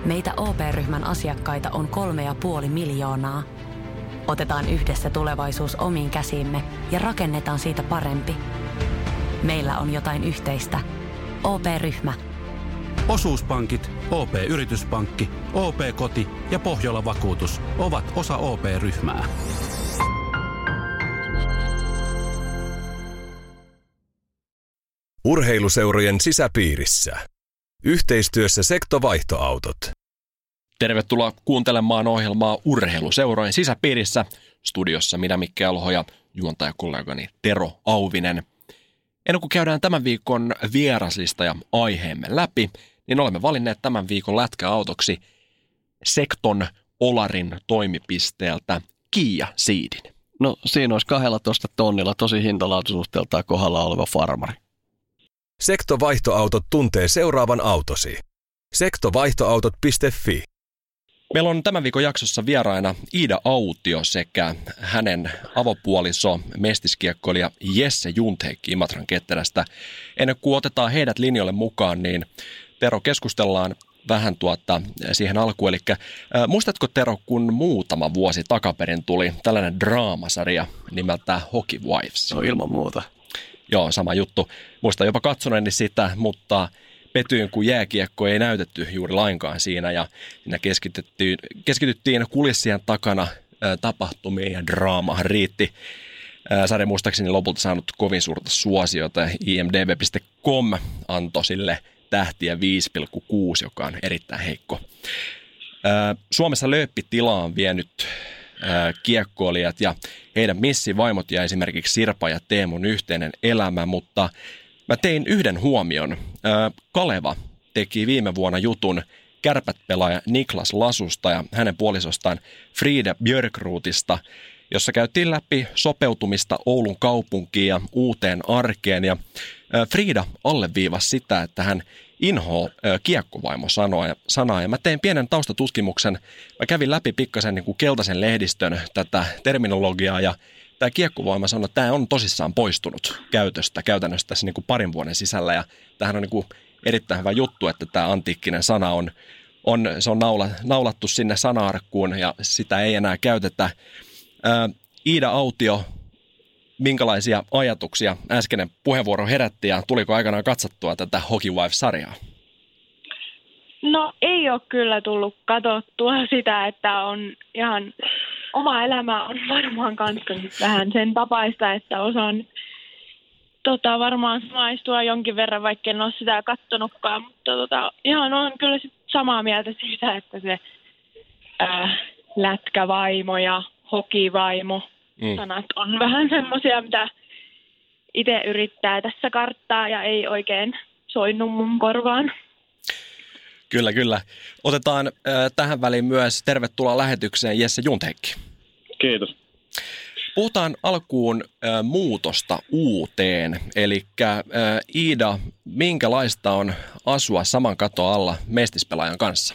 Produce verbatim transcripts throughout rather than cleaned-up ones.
Meitä O P-ryhmän asiakkaita on kolme ja puoli miljoonaa. Otetaan yhdessä tulevaisuus omiin käsiimme ja rakennetaan siitä parempi. Meillä on jotain yhteistä. O P-ryhmä. Osuuspankit, O P-yrityspankki, O P-koti ja Pohjola-vakuutus ovat osa O P-ryhmää. Urheiluseurojen sisäpiirissä. Yhteistyössä Sektovaihtoautot. Tervetuloa kuuntelemaan ohjelmaa Urheiluseurojen sisäpiirissä. Studiossa minä Mikke Alho ja juontajakollegani Tero Auvinen. Ennen kuin käydään tämän viikon vieraslista ja aiheemme läpi, niin olemme valinneet tämän viikon lätkäautoksi Sekton Olarin toimipisteeltä Kia Ceedin. No siinä olisi kaksitoista tonnilla tosi hintalaatuisuusteeltaan kohdalla oleva farmari. Sektovaihtoautot tuntee seuraavan autosi. sektovaihtoautot piste fi. Meillä on tämän viikon jaksossa vieraina Iida Autio sekä hänen avopuoliso mestiskiekkoilija Jesse Juntheikki Imatran Ketterästä. Ennen kuin otetaan heidät linjoille mukaan, niin Tero, keskustellaan vähän tuota siihen alkuun. Eli äh, muistatko Tero, kun muutama vuosi takaperin tuli tällainen draamasarja nimeltä Hockey Wives? No ilman muuta. Joo, sama juttu. Muistan jopa katsoneeni sitä, mutta petyin, kun jääkiekko ei näytetty juuri lainkaan siinä ja siinä keskityttiin, keskityttiin kulissien takana ä, tapahtumiin ja draama riitti. Ä, sarja muistaakseni lopulta saanut kovin suurta suosiota. I M D B piste com antoi sille tähtiä viisi pilkku kuusi, joka on erittäin heikko. Ä, Suomessa lööppitila on vienyt ä, kiekkoilijat ja heidän missivaimot ja esimerkiksi Sirpa ja Teemun yhteinen elämä, mutta mä tein yhden huomion. Kaleva teki viime vuonna jutun Kärpät-pelaaja Niklas Lasusta ja hänen puolisostaan Frida Björkruutista, jossa käytiin läpi sopeutumista Oulun kaupunkiin ja uuteen arkeen. Ja Frida alleviivasi sitä, että hän inhoaa kiekkovaimo sanaa. Ja mä tein pienen taustatutkimuksen. Mä kävin läpi pikkasen niin kuin keltaisen lehdistön tätä terminologiaa ja tämä kiekkovoima sanoi, että tämä on tosissaan poistunut käytöstä käytännössä tässä niin kuin parin vuoden sisällä. Ja tämähän on niin kuin erittäin hyvä juttu, että tämä antiikkinen sana on, on, se on naula, naulattu sinne sana-arkkuun ja sitä ei enää käytetä. Ää, Iida Autio, minkälaisia ajatuksia äskeinen puheenvuoro herätti ja tuliko aikanaan katsottua tätä Hockey Wives-sarjaa? No ei ole kyllä tullut katsottua sitä, että on ihan oma elämä on varmaan kanssa vähän sen tapaista, että osaan tota, varmaan samaistua jonkin verran, vaikka en ole sitä katsonutkaan, mutta tota, ihan on kyllä sit samaa mieltä siitä, että se ää, lätkävaimo ja hokivaimo mm. sanat on vähän semmoisia, mitä itse yrittää tässä karttaa ja ei oikein soinnu mun korvaan. Kyllä, kyllä. Otetaan äh, tähän väliin myös tervetuloa lähetykseen Jesse Juntheikki. Kiitos. Puhutaan alkuun äh, muutosta uuteen. Eli äh, Iida, minkälaista on asua saman katon alla mestispelaajan kanssa?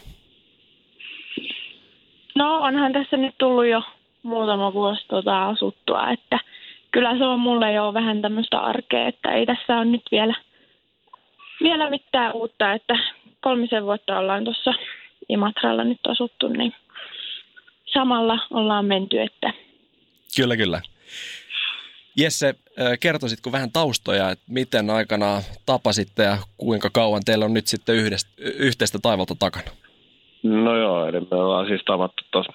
No onhan tässä nyt tullut jo muutama vuosi tota, asuttua, että kyllä se on mulle jo vähän tämmöistä arkea, että ei tässä ole nyt vielä, vielä mitään uutta, että kolmisen vuotta ollaan tuossa Imatralla nyt asuttu, niin samalla ollaan menty, että... Kyllä, kyllä. Jesse, kertoisitko vähän taustoja, että miten aikanaan tapasitte ja kuinka kauan teillä on nyt sitten yhdestä, yhteistä taivalta takana? No joo, eli me ollaan siis tavattu tuossa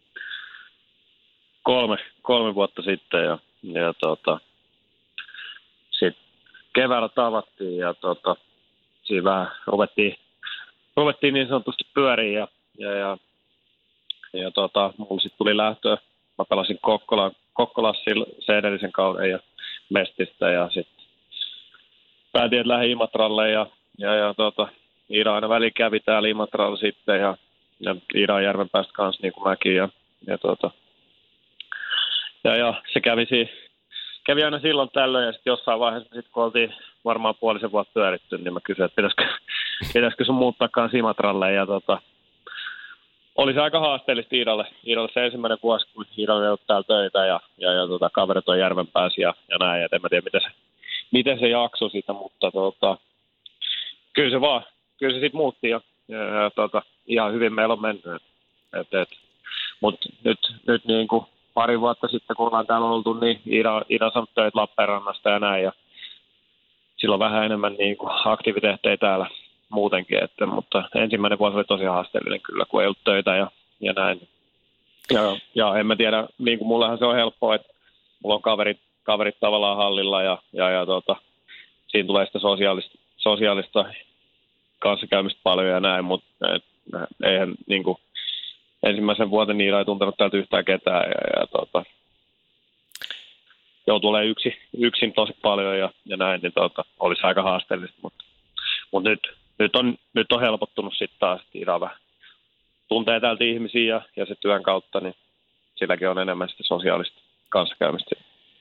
kolme, kolme vuotta sitten ja, ja tota, sitten keväällä tavattiin ja tota, siinä vähän ruvettiin Ruvettiin niin sanotusti pyöriin ja, ja, ja, ja tota, mulla sitten tuli lähtöä. Mä pelasin Kokkola, Kokkolassa sen edellisen kauden ja Mestistä ja sitten päätin, että lähdin Imatralle ja, ja, ja tota, Iida aina väliin kävi täällä Imatralla sitten ja, ja Iida on Järvenpäästä kanssa niin kuin mäkin ja, ja, tota, ja, ja se kävi, si, kävi aina silloin tällöin ja sitten jossain vaiheessa sit, kun oltiin varmaan puolisen vuotta pyöritty, niin mä kysyin, että pitäisikö, pitäisikö sun muuttaa kanssa Imatralle. Ja tota, oli se aika haasteellista Iidalle. Iidalle se ensimmäinen vuosi, kun Iidalle ei ollut täällä töitä ja, ja, ja tota, kaverit on Järvenpäässä ja, ja näin. Ja en mä tiedä, miten se, miten se jaksoi sitä, mutta tota, kyllä se vaan, kyllä se sitten muutti. Ja, ja, ja tota, ihan hyvin meillä on mennyt. Et, et. Mutta nyt, nyt niin kuin pari vuotta sitten, kun ollaan täällä oltu, niin Ida, Ida saanut töitä Lappeenrannasta ja näin. Ja silloin vähän enemmän niin kuin aktiviteetteja täällä muutenkin. Että, mutta ensimmäinen vuosi oli tosi haasteellinen kyllä, kun ei ollut töitä ja, ja näin. Ja, ja en mä tiedä, niin kuin mullehan se on helppoa, että mulla on kaverit, kaverit tavallaan hallilla ja, ja, ja tota, siinä tulee sitä sosiaalista, sosiaalista kanssakäymistä paljon ja näin, mutta et, eihän niin kuin, ensimmäisen vuoden Iida ei tuntenut täältä yhtään ketään ja, ja tota, joutuu olemaan yksi, yksin tosi paljon ja, ja näin, niin tota, olisi aika haasteellista, mutta, mutta nyt, nyt, on, nyt on helpottunut sitten taas, että Iida vähän tuntee täältä ihmisiä ja, ja se työn kautta, niin silläkin on enemmän sitä sosiaalista kanssakäymistä.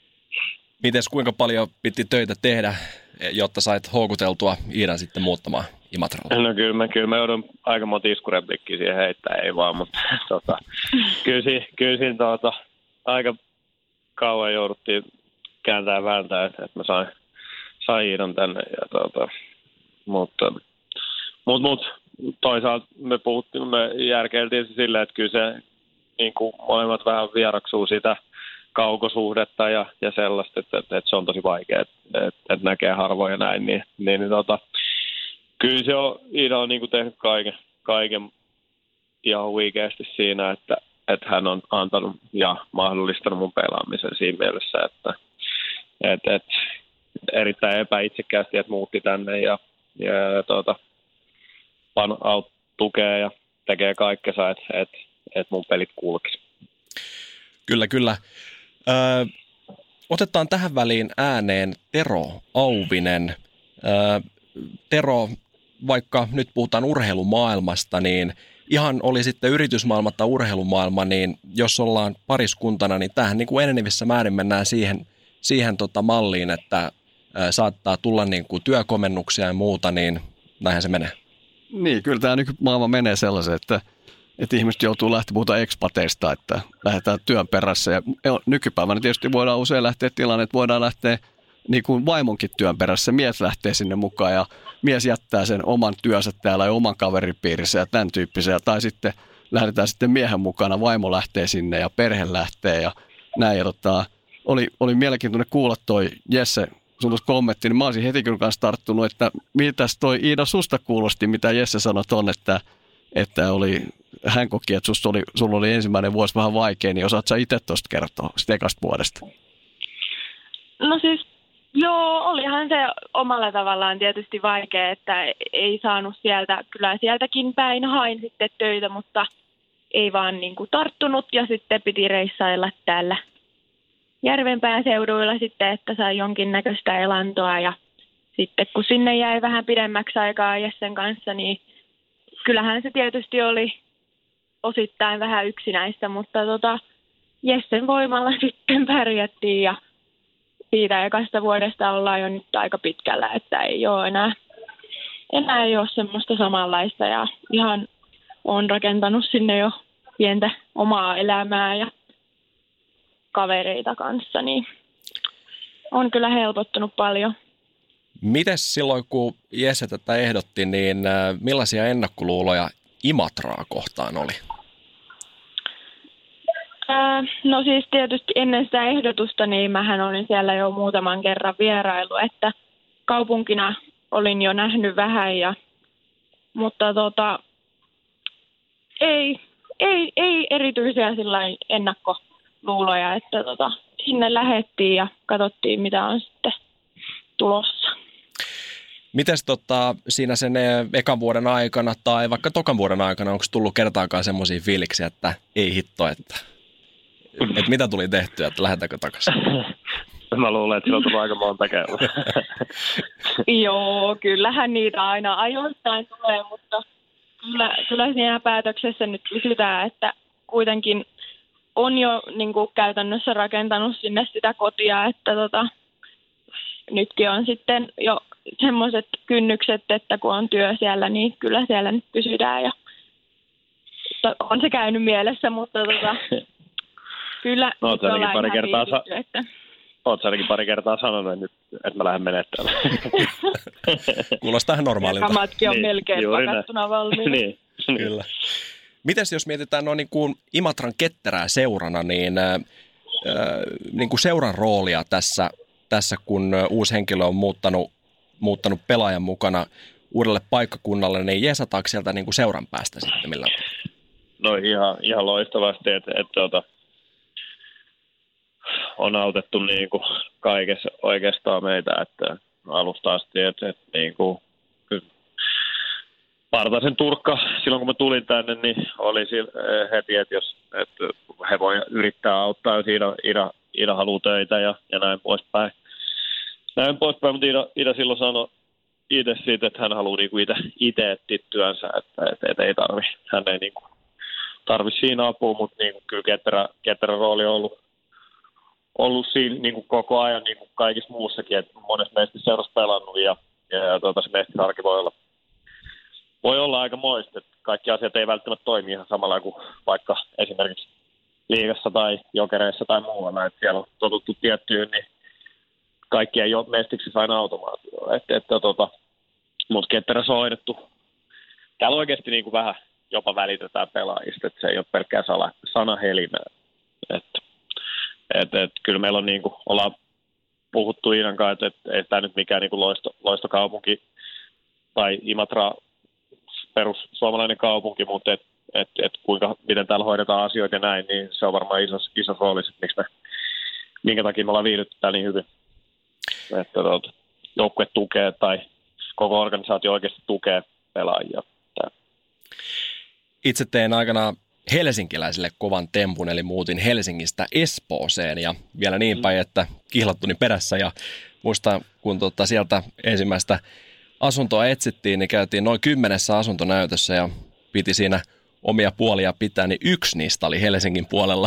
Mites kuinka paljon piti töitä tehdä, jotta sait houkuteltua Iidan sitten muuttamaan Imatralle? No kyllä mä, kyllä mä joudun aika monta iskureplikkiä siihen heittää, ei vaan, mutta tota, kyllä siinä, kyllä siinä tota, aika kauan jouduttiin kääntää ja vääntää, että, että mä sain, sain Iidan tänne. Ja, tota, mutta mut, mut, toisaalta me puhuttiin, me järkeiltiin se silleen, että kyllä se niin kuin molemmat vähän vieraksuu sitä kaukosuhdetta ja, ja sellaista, että, että, että se on tosi vaikea, että, että, että näkee harvoin ja näin, niin, niin, niin tota, kyllä se on, Iida on niin kuin tehnyt kaiken, kaiken ihan huikeasti siinä, että, että hän on antanut ja mahdollistanut mun pelaamisen siinä mielessä, että, että, että erittäin epäitsekkäästi, että muutti tänne ja, ja, ja tuota, pan, aut, tukee ja tekee kaikkensa, että, että, että mun pelit kulkisi. Kyllä, kyllä. Ö, otetaan tähän väliin ääneen Tero Auvinen. Ö, Tero, vaikka nyt puhutaan urheilumaailmasta, niin ihan oli sitten yritysmaailma tai urheilumaailma, niin jos ollaan pariskuntana, niin tämähän niin kuin enenevissä määrin mennään siihen, siihen tota malliin, että ö, saattaa tulla niin kuin työkomennuksia ja muuta, niin näinhän se menee. Niin, kyllä tämä nykymaailma menee sellaisen, että että ihmiset joutuu lähteä puhuta ekspateista, että lähdetään työn perässä. Ja nykypäivänä tietysti voidaan usein lähteä tilanne, että voidaan lähteä niin kuin vaimonkin työn perässä. Mies lähtee sinne mukaan ja mies jättää sen oman työnsä täällä ja oman kaveripiirissä ja tämän tyyppisiä. Tai sitten lähdetään sitten miehen mukana, vaimo lähtee sinne ja perhe lähtee ja näin. Ja tota, oli, oli mielenkiintoinen kuulla toi Jesse, sun tuossa kommentti, niin mä olisin heti kyllä kanssa tarttunut, että mitäs toi Iida susta kuulosti, mitä Jesse sanoi ton, että, että oli... Hän koki, että susta oli, sulla oli ensimmäinen vuosi vähän vaikea, niin osaatko sä itse tuosta kertoa sitä ekasta vuodesta? No siis, joo, olihan se omalla tavallaan tietysti vaikea, että ei saanut sieltä, kyllä sieltäkin päin hain sitten töitä, mutta ei vaan niin kuin tarttunut ja sitten piti reissailla täällä Järvenpään seuduilla sitten, että sai jonkinnäköistä elantoa ja sitten kun sinne jäi vähän pidemmäksi aikaa Jessen kanssa, niin kyllähän se tietysti oli osittain vähän yksinäistä, mutta tota, Jessen voimalla sitten pärjättiin ja siitä ekasta vuodesta ollaan jo nyt aika pitkällä, että ei ole enää, enää ei ole semmoista samanlaista ja ihan olen rakentanut sinne jo pientä omaa elämää ja kavereita kanssa, niin on kyllä helpottunut paljon. Mites silloin, kun Jesse tätä ehdotti, niin millaisia ennakkoluuloja Imatraa kohtaan oli? Ää, no siis tietysti ennen sitä ehdotusta, niin mähän olin siellä jo muutaman kerran vierailu, että kaupunkina olin jo nähnyt vähän, ja, mutta tota, ei, ei, ei erityisiä sillain ennakkoluuloja, että tota, sinne lähdettiin ja katsottiin, mitä on sitten tulossa. Mites tota, siinä sen ekan vuoden aikana tai vaikka tokan vuoden aikana, onko tullut kertaakaan semmoisia fiiliksiä, että ei hitto, että, että mitä tuli tehtyä, että lähdetäänkö takaisin? Mä luulen, että sillä on tullut aika monta kertaa. Joo, kyllähän niitä aina ajoittain tulee, mutta kyllä, kyllä siinä päätöksessä nyt pysytään, että kuitenkin on jo niin kuin käytännössä rakentanut sinne sitä kotia, että tota, nytkin on sitten jo semmoiset kynnykset, että kun on työ siellä, niin kyllä siellä nyt pysytään ja on se käynyt mielessä, mutta tota, kyllä no, nyt ollaan pari ihan kertaa viihdytty, että... Oletko ainakin pari kertaa sanonut, että, nyt, että mä lähden menettämään. Kuulostaa ihan normaalilta. Kamatkin on niin, melkein pakattuna valmiina. niin, Kyllä. Mites jos mietitään no niin kuin Imatran Ketterää seurana, niin, äh, niin kuin seuran roolia tässä, tässä, kun uusi henkilö on muuttanut, muuttanut pelaajan mukana uudelle paikkakunnalle, niin jeesataanko sieltä niin kuin seuran päästä sitten millään? No ihan, ihan loistavasti, että et, tuota, on autettu niin kuin kaikessa oikeastaan meitä, että alusta asti, että et, niin kuin Partasen Turkka, silloin kun mä tulin tänne, niin oli heti, että jos että he voi yrittää auttaa, jos Ida, Ida, Ida haluaa töitä ja, ja näin poispäin. Näin poispäin, mutta Ida, Ida silloin sanoi itse siitä, että hän haluaa niinku itse etsiä työnsä, että, että, että ei tarvi, hän ei niinku tarvi siinä apua, mutta niinku kyllä Ketterä, Ketterän rooli on ollut, ollut siinä niinku koko ajan niinku kaikissa muussakin, että monessa meistä seurassa pelannut ja, ja, ja tuota, se mestisarki voi olla Voi olla aika moista, että kaikki asiat ei välttämättä toimi ihan samalla kuin vaikka esimerkiksi liigassa tai jokereissa tai muualla. Että siellä on totuttu tiettyyn, niin kaikki ei ole mestiksissä aina automaatiolla. Että, että, tota, mutta Ketterässä on hoidettu. Täällä oikeasti niin kuin vähän jopa välitetään pelaajista, että se ei ole pelkkää sanahelinää. Että, että, että kyllä meillä on niin kuin, ollaan puhuttu Iinan kanssa, että, että ei tämä nyt mikään niin kuin loisto, loistokaupunki tai Imatra perus suomalainen kaupunki, mutta et, et, et kuinka, miten täällä hoidetaan asioita ja näin, niin se on varmaan iso, iso rooli, että miksi me, minkä takia me ollaan viihdytty täällä niin hyvin. Että tuota, joukkue tukee tai koko organisaatio oikeasti tukee pelaajia. Tää. Itse tein aikanaan helsinkiläisille kovan tempun, eli muutin Helsingistä Espooseen ja vielä niin päin, että kihlattuni perässä ja muistan, kun tuota, sieltä ensimmäistä asuntoa etsittiin, niin käytiin noin kymmenessä asuntonäytössä ja piti siinä omia puolia pitää, niin yksi niistä oli Helsingin puolella.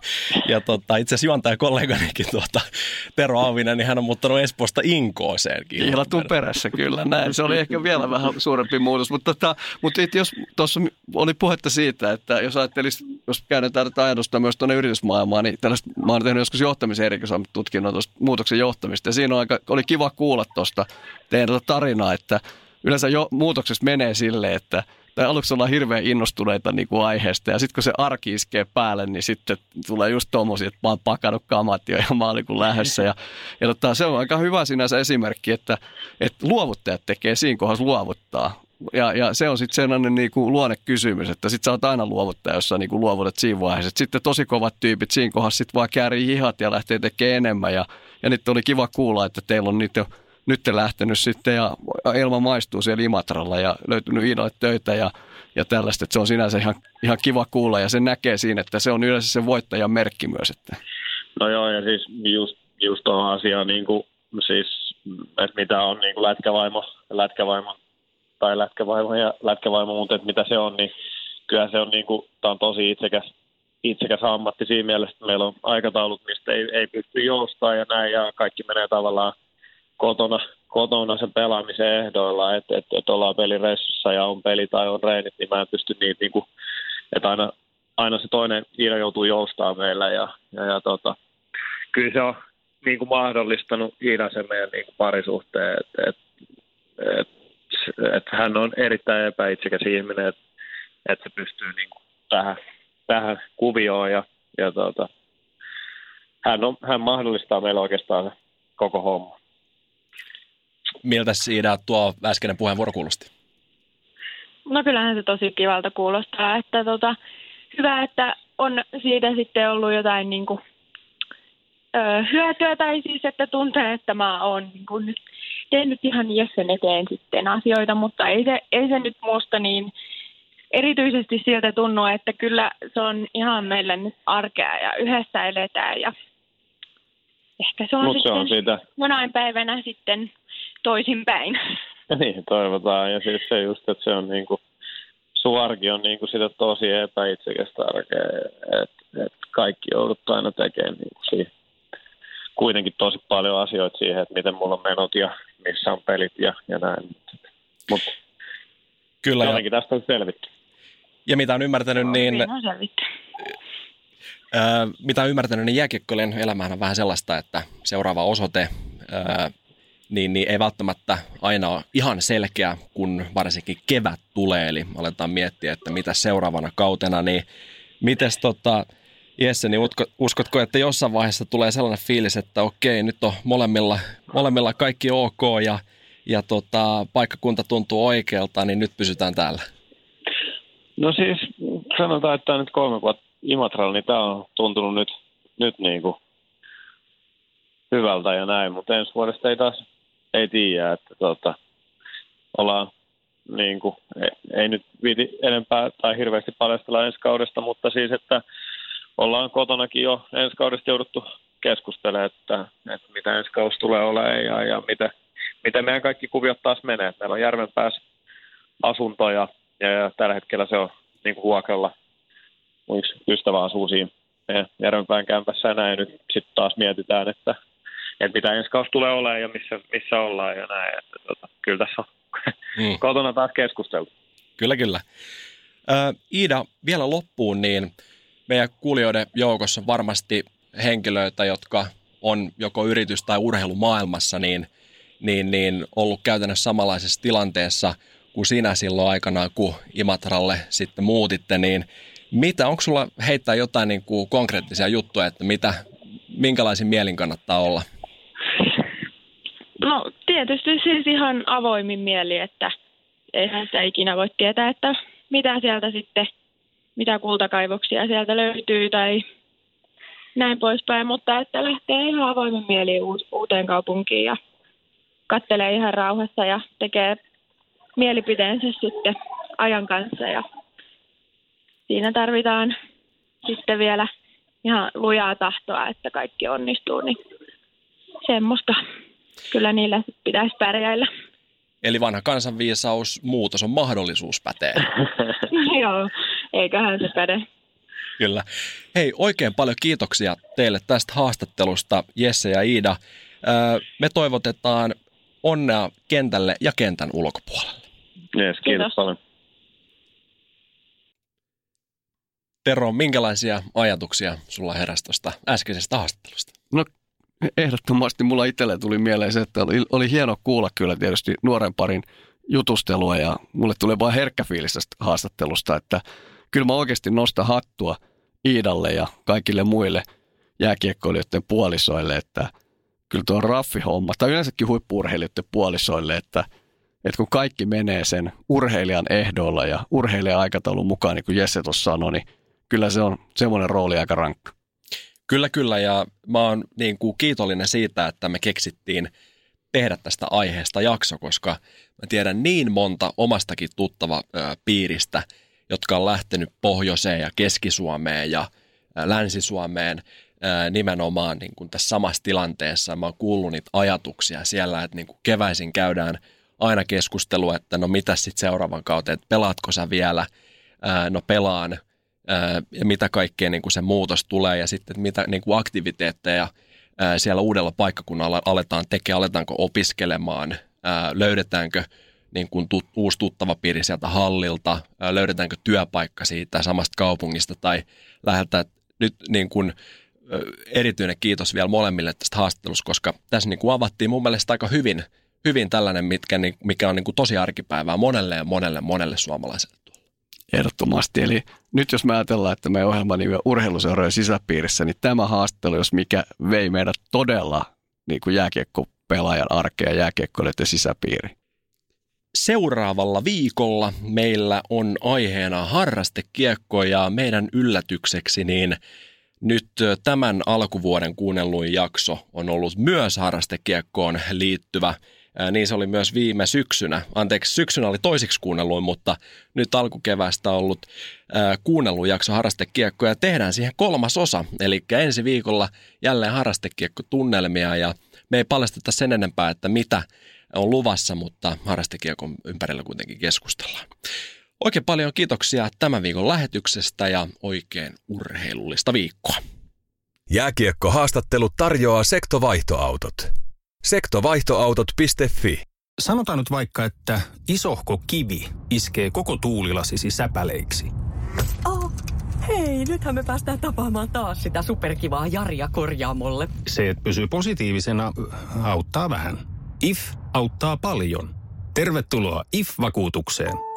Ja tota, itse asiassa juontajakolleganikin tuota, Tero Auvinen, niin hän on muuttanut Espoosta Inkooseen. Kihlatun perässä, kyllä näin. Se oli ehkä vielä vähän suurempi muutos. Mutta, tota, mutta jos tuossa oli puhetta siitä, että jos ajattelisi, jos käännetään tätä ajatusta myös tuonne yritysmaailmaan, niin tällaista, mä oon tehnyt joskus johtamisen erikoistutkinnon tuosta muutoksen johtamista. Ja siinä on aika, oli kiva kuulla tuosta teidän tarinaa, että yleensä jo, muutoksessa menee silleen, että tai aluksi ollaan hirveän innostuneita niin kuin aiheesta, ja sitten kun se arki iskee päälle, niin sitten tulee just tommosia, että mä oon pakannut kamat jo ja mä olin kuin lähdössä. Ja, ja tota, se on aika hyvä sinänsä esimerkki, että, että luovuttajat tekee siinä kohdassa luovuttaa. Ja, ja se on sitten sellainen niin kuin luonnekysymys, että sitten sä oot aina luovuttaja, jos sä niin kuin luovutat siinä vaiheessa. Sitten tosi kovat tyypit siinä kohdassa sitten vaan käärii hihat ja lähtee tekemään enemmän. Ja, ja nyt oli kiva kuulla, että teillä on niitä nyt lähtenyt sitten ja Elma maistuu siellä Imatralla ja löytynyt Iidalle töitä ja, ja tällaista. Että se on sinänsä ihan, ihan kiva kuulla ja se näkee siinä, että se on yleensä se voittajan merkki myös. Että. No joo, ja siis just, just tuohon asiaan, niin kuin, siis, että mitä on niin kuin lätkävaimo, lätkävaimo tai lätkävaimo ja lätkävaimo, mutta että mitä se on, niin kyllä se on, niin kuin, tämä on tosi itsekäs, itsekäs ammatti siinä mielessä, että meillä on aikataulut, mistä ei, ei pysty joustamaan ja näin ja kaikki menee tavallaan kotona, kotona sen pelaamisen ehdoilla, että et, et ollaan pelireissussa ja on peli tai on reenit, niin mä en pysty niitä, niin kuin, että aina, aina se toinen Iida joutuu joustamaan meillä ja, ja, ja tota, kyllä se on niin kuin mahdollistanut Iida sen meidän niin kuin parisuhteen, että et, et, et hän on erittäin epäitsekäs ihminen, että et se pystyy niin kuin tähän, tähän kuvioon ja, ja tota, hän, on, hän mahdollistaa meillä oikeastaan koko homma. Miltä siinä tuo äskeinen puheenvuoro kuulosti? No kyllähän se tosi kivalta kuulostaa, että tota, hyvä, että on siitä sitten ollut jotain niin kuin, ö, hyötyä tai siis, että tuntee, että mä oon niin kuin, nyt tehnyt ihan Jessen eteen sitten asioita, mutta ei se, ei se nyt musta niin erityisesti siltä tunnu, että kyllä se on ihan meille nyt arkea ja yhdessä eletään ja ehkä se on Mut sitten se on siitä. jonain päivänä sitten toisinpäin. Niin, toivotaan. Ja siis se just, että se on niinku, sun arki on niinku sitä tosi epäitsekästä arkea, että et kaikki joudut aina tekemään niinku siihen. Kuitenkin tosi paljon asioita siihen, että miten mulla on menot ja missä on pelit ja, ja näin. Mutta kyllä jotenkin ja tästä on selvitty. Ja mitä on ymmärtänyt, no, niin on selvitty. Ää, mitä on ymmärtänyt, niin jääkiekkoilijan elämähän on vähän sellaista, että seuraava osoite ää, niin, niin ei välttämättä aina ole ihan selkeä, kun varsinkin kevät tulee, eli aletaan miettiä, että mitä seuraavana kautena, niin mites tota, Jesse, niin uskotko, että jossain vaiheessa tulee sellainen fiilis, että okei, nyt on molemmilla, molemmilla kaikki ok ja, ja tota, paikkakunta tuntuu oikealta, niin nyt pysytään täällä? No siis sanotaan, että nyt kolme vuotta Imatralla, niin tämä on tuntunut nyt, nyt niin kuin hyvältä ja näin, mutta ensi vuodesta ei taas ei tiedä, että tota, ollaan niin kuin, ei, ei nyt viiti enempää tai hirveästi paljastella ensi kaudesta, mutta siis, että ollaan kotonakin jo ensi kaudesta jouduttu keskustelemaan, että, että mitä ensi kausi tulee olemaan ja, ja mitä, miten meidän kaikki kuviot taas menee. Meillä on Järvenpäässä asunto ja, ja, ja tällä hetkellä se on niin kuin vuokralla. Mun yksi ystävä asuu siinä Järvenpään kämpässä ja näin. Nyt sitten taas mietitään, että, että mitä ensi kausi tulee olemaan ja missä, missä ollaan ja näin. Että, tota, kyllä tässä on mm. kotona taas keskusteltu. Kyllä, kyllä. Ö, Iida, vielä loppuun, niin meidän kuulijoiden joukossa on varmasti henkilöitä, jotka on joko yritys- tai urheilumaailmassa, niin, niin, niin ollut käytännössä samanlaisessa tilanteessa kuin sinä silloin aikanaan, kun Imatralle sitten muutitte, niin mitä, onko sulla heittää jotain niin kuin konkreettisia juttuja, että mitä, minkälaisin mielin kannattaa olla? No tietysti siis ihan avoimin mieli, että eihän sitä ikinä voi tietää, että mitä sieltä sitten, mitä kultakaivoksia sieltä löytyy tai näin poispäin, mutta että lähtee ihan avoimin mieli uuteen kaupunkiin ja katselee ihan rauhassa ja tekee mielipiteensä sitten ajan kanssa ja siinä tarvitaan sitten vielä ihan lujaa tahtoa, että kaikki onnistuu, niin semmoista kyllä niillä pitäisi pärjäillä. Eli vanha kansanviisaus, muutos on mahdollisuus pätee. Joo, eiköhän se päde. Kyllä. Hei, oikein paljon kiitoksia teille tästä haastattelusta, Jesse ja Iida. Me toivotetaan onnea kentälle ja kentän ulkopuolelle. Yes, kiitos, kiitos paljon. Tero, minkälaisia ajatuksia sulla heräsi tuosta äskeisestä haastattelusta? No ehdottomasti mulla itselle tuli mieleen se, että oli, oli hieno kuulla kyllä tietysti nuoren parin jutustelua ja mulle tuli vaan herkkä fiilis tästä haastattelusta, että kyllä mä oikeasti nostan hattua Iidalle ja kaikille muille jääkiekkoilijoiden puolisoille, että kyllä tuo on raffi homma, tai yleensäkin huippu-urheilijoiden puolisoille, että, että kun kaikki menee sen urheilijan ehdolla ja urheilijan aikataulun mukaan, niin kuin Jesse tuossa sanoi, niin kyllä se on semmoinen rooli aika rankka. Kyllä, kyllä, ja mä oon niin kuin kiitollinen siitä, että me keksittiin tehdä tästä aiheesta jakso, koska mä tiedän niin monta omastakin tuttava ää, piiristä, jotka on lähtenyt Pohjoiseen ja Keski-Suomeen ja ää, Länsi-Suomeen ää, nimenomaan niin kuin tässä samassa tilanteessa. Mä oon kuullut niitä ajatuksia siellä, että niin kuin keväisin käydään aina keskustelua, että no mitäs sitten seuraavan kautta, että pelaatko sä vielä, ää, no pelaan, ää, ja mitä kaikkea niin kuin se muutos tulee ja sitten mitä niin kuin aktiviteetteja ää, siellä uudella paikkakunnalla aletaan tekemään, aletaanko opiskelemaan, ää, löydetäänkö niin kuin tut, uusi tuttava piiri sieltä hallilta, ää, löydetäänkö työpaikka siitä samasta kaupungista tai lähdetään nyt niin kuin erityinen kiitos vielä molemmille tästä haastattelusta, koska tässä niin kuin avattiin mun mielestä aika hyvin, hyvin tällainen, mitkä, mikä on niin kuin tosi arkipäivää monelle ja monelle, monelle suomalaiselle tuolla. Ehdottomasti. Eli nyt jos me ajatellaan, että meidän ohjelman nimi on urheiluseurojen sisäpiirissä, niin tämä haastattelu, jos mikä vei meidät todella niin kuin jääkiekkopelaajan arkea ja jääkiekkoilijoiden sisäpiiri. Seuraavalla viikolla meillä on aiheena harrastekiekko ja meidän yllätykseksi niin nyt tämän alkuvuoden kuunnelluin jakso on ollut myös harrastekiekkoon liittyvä. Niin se oli myös viime syksynä. Anteeksi, syksynä oli toisiksi kuunnelluin, mutta nyt alkukeväästä on ollut kuunnelluin jakso harrastekiekkoa ja tehdään siihen kolmas osa. Eli ensi viikolla jälleen harrastekiekkotunnelmia ja me ei paljasteta sen enempää, että mitä on luvassa, mutta harrastekiekon ympärillä kuitenkin keskustellaan. Oikein paljon kiitoksia tämän viikon lähetyksestä ja oikein urheilullista viikkoa. Jääkiekko-haastattelu tarjoaa Sekto-vaihtoautot. sektovaihtoautot piste fi. Sanotaan nyt vaikka, että isohko kivi iskee koko tuulilasisi säpäleiksi. Oh, hei, nythän me päästään tapaamaan taas sitä superkivaa Jaria korjaamolle. Se, että pysyy positiivisena, auttaa vähän. I F auttaa paljon. Tervetuloa I F-vakuutukseen.